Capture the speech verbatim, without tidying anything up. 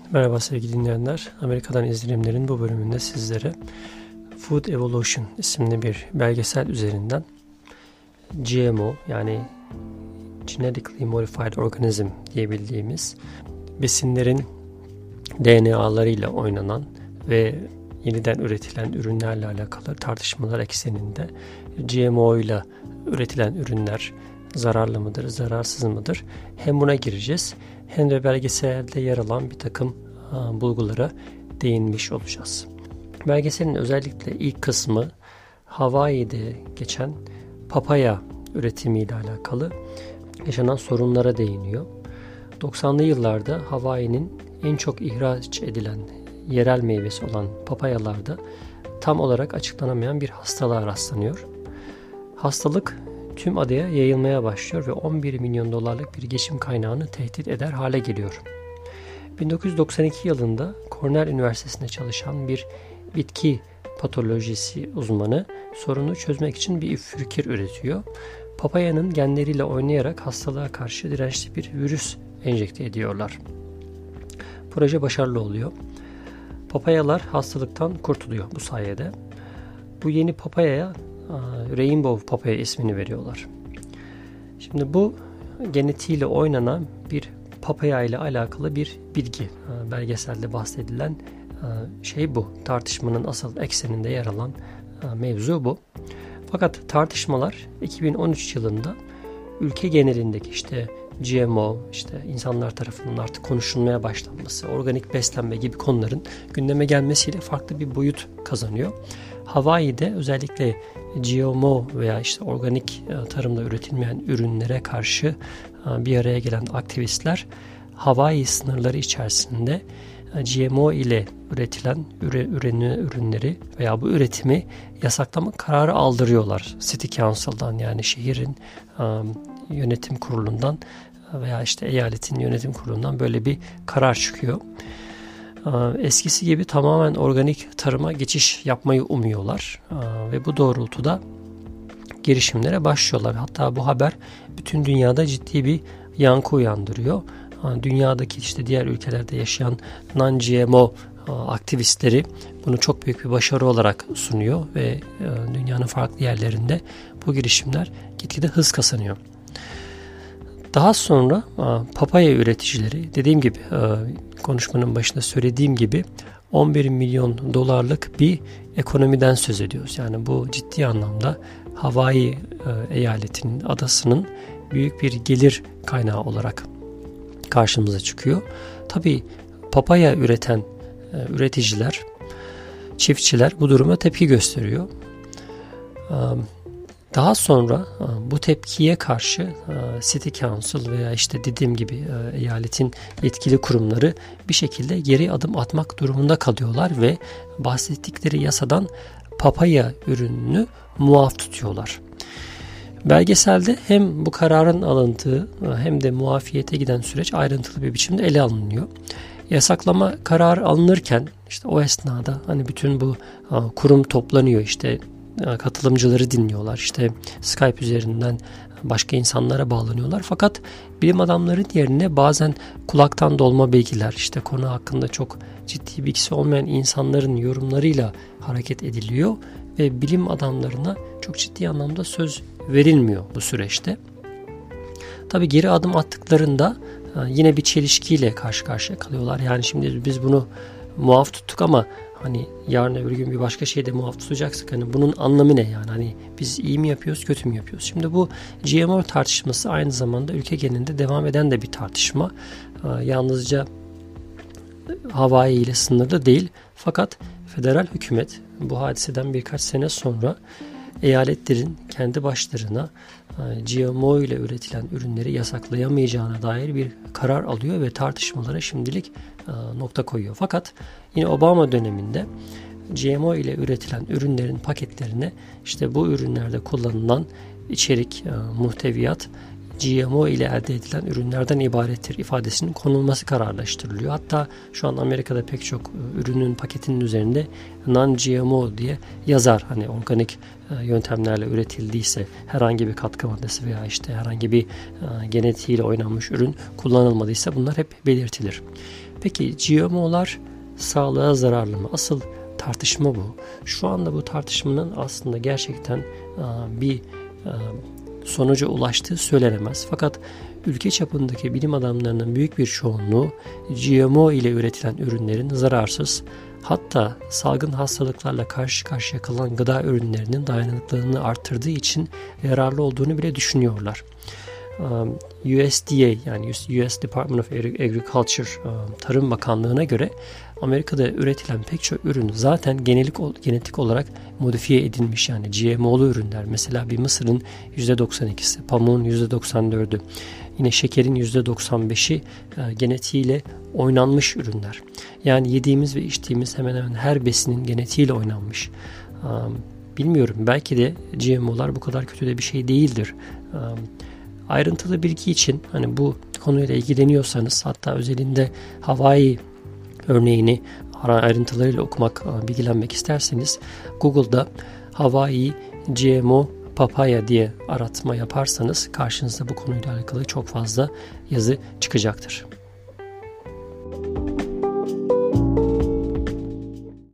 Merhaba sevgili dinleyenler. Amerika'dan izlenimlerin bu bölümünde sizlere Food Evolution isimli bir belgesel üzerinden G M O yani Genetically Modified Organism diye bildiğimiz besinlerin D N A'larıyla oynanan ve yeniden üretilen ürünlerle alakalı tartışmalar ekseninde G M O ile üretilen ürünler zararlı mıdır, zararsız mıdır? Hem buna gireceğiz hem de belgeselde yer alan bir takım a, bulgulara değinmiş olacağız. Belgeselin özellikle ilk kısmı Hawaii'de geçen papaya üretimiyle alakalı yaşanan sorunlara değiniyor. doksanlı yıllarda Hawaii'nin en çok ihraç edilen yerel meyvesi olan papayalarda tam olarak açıklanamayan bir hastalığa rastlanıyor. Hastalık tüm adaya yayılmaya başlıyor ve on bir milyon dolarlık bir geçim kaynağını tehdit eder hale geliyor. bin dokuz yüz doksan iki yılında Cornell Üniversitesi'nde çalışan bir bitki patolojisi uzmanı sorunu çözmek için bir üfürkür üretiyor. Papayanın genleriyle oynayarak hastalığa karşı dirençli bir virüs enjekte ediyorlar. Proje başarılı oluyor. Papayalar hastalıktan kurtuluyor bu sayede. Bu yeni papayaya Rainbow papaya ismini veriyorlar. Şimdi bu genetiğiyle oynanan bir papaya ile alakalı bir bilgi. Belgeselde bahsedilen şey bu. Tartışmanın asıl ekseninde yer alan mevzu bu. Fakat tartışmalar iki bin on üç yılında ülke genelindeki işte G M O, işte insanlar tarafından artık konuşulmaya başlanması, organik beslenme gibi konuların gündeme gelmesiyle farklı bir boyut kazanıyor. Hawaii'de özellikle G M O veya işte organik tarımda üretilmeyen ürünlere karşı bir araya gelen aktivistler Hawaii sınırları içerisinde G M O ile üretilen ürünü, ürünleri veya bu üretimi yasaklama kararı aldırıyorlar City Council'dan, yani şehrin yönetim kurulundan veya işte eyaletin yönetim kurulundan böyle bir karar çıkıyor. Eskisi gibi tamamen organik tarıma geçiş yapmayı umuyorlar ve bu doğrultuda girişimlere başlıyorlar. Hatta bu haber bütün dünyada ciddi bir yankı uyandırıyor. Dünyadaki işte diğer ülkelerde yaşayan non-G M O aktivistleri bunu çok büyük bir başarı olarak sunuyor ve dünyanın farklı yerlerinde bu girişimler gitgide hız kazanıyor. Daha sonra papaya üreticileri, dediğim gibi konuşmanın başında söylediğim gibi on bir milyon dolarlık bir ekonomiden söz ediyoruz. Yani bu ciddi anlamda Hawaii eyaletinin, adasının büyük bir gelir kaynağı olarak karşımıza çıkıyor. Tabii papaya üreten üreticiler, çiftçiler bu duruma tepki gösteriyor. Daha sonra bu tepkiye karşı City Council veya işte dediğim gibi eyaletin yetkili kurumları bir şekilde geri adım atmak durumunda kalıyorlar ve bahsettikleri yasadan papaya ürününü muaf tutuyorlar. Belgeselde hem bu kararın alındığı hem de muafiyete giden süreç ayrıntılı bir biçimde ele alınıyor. Yasaklama kararı alınırken işte o esnada hani bütün bu kurum toplanıyor, işte katılımcıları dinliyorlar, işte Skype üzerinden başka insanlara bağlanıyorlar. Fakat bilim adamların yerine bazen kulaktan dolma bilgiler, işte konu hakkında çok ciddi bilgisi olmayan insanların yorumlarıyla hareket ediliyor ve bilim adamlarına çok ciddi anlamda söz verilmiyor bu süreçte. Tabii geri adım attıklarında yine bir çelişkiyle karşı karşıya kalıyorlar. Yani şimdi biz bunu muaf tuttuk ama hani yarın öbür gün bir başka şeyde muaf tutacaksak hani bunun anlamı ne yani? Hani biz iyi mi yapıyoruz, kötü mü yapıyoruz? Şimdi bu G M O tartışması aynı zamanda ülke genelinde devam eden de bir tartışma. Yalnızca Hawaii ile sınırlı değil. Fakat federal hükümet bu hadiseden birkaç sene sonra eyaletlerin kendi başlarına G M O ile üretilen ürünleri yasaklayamayacağına dair bir karar alıyor ve tartışmalara şimdilik nokta koyuyor. Fakat yine Obama döneminde G M O ile üretilen ürünlerin paketlerine işte bu ürünlerde kullanılan içerik, muhteviyat G M O ile elde edilen ürünlerden ibarettir ifadesinin konulması kararlaştırılıyor. Hatta şu an Amerika'da pek çok ürünün paketinin üzerinde non-G M O diye yazar. Hani organik yöntemlerle üretildiyse, herhangi bir katkı maddesi veya işte herhangi bir genetiğiyle oynanmış ürün kullanılmadıysa bunlar hep belirtilir. Peki G M O'lar sağlığa zararlı mı? Asıl tartışma bu. Şu anda bu tartışmanın aslında gerçekten bir sonuca ulaştığı söylenemez. Fakat ülke çapındaki bilim adamlarının büyük bir çoğunluğu G M O ile üretilen ürünlerin zararsız, hatta salgın hastalıklarla karşı karşıya kalan gıda ürünlerinin dayanıklılığını arttırdığı için yararlı olduğunu bile düşünüyorlar. U S D A yani U S Department of Agriculture Tarım Bakanlığı'na göre Amerika'da üretilen pek çok ürün zaten genetik, genetik olarak modifiye edilmiş, yani G M O'lu ürünler. Mesela bir mısırın yüzde doksan ikisi, pamuğun yüzde doksan dördü, yine şekerin yüzde doksan beşi e, genetiğiyle oynanmış ürünler. Yani yediğimiz ve içtiğimiz hemen hemen her besinin genetiğiyle oynanmış. E, bilmiyorum, belki de G M O'lar bu kadar kötü de bir şey değildir. E, ayrıntılı bilgi için hani bu konuyla ilgileniyorsanız, hatta özelinde Hawaii örneğini ayrıntılarıyla okumak, bilgilenmek isterseniz Google'da Hawaii G M O papaya diye aratma yaparsanız karşınızda bu konuyla alakalı çok fazla yazı çıkacaktır.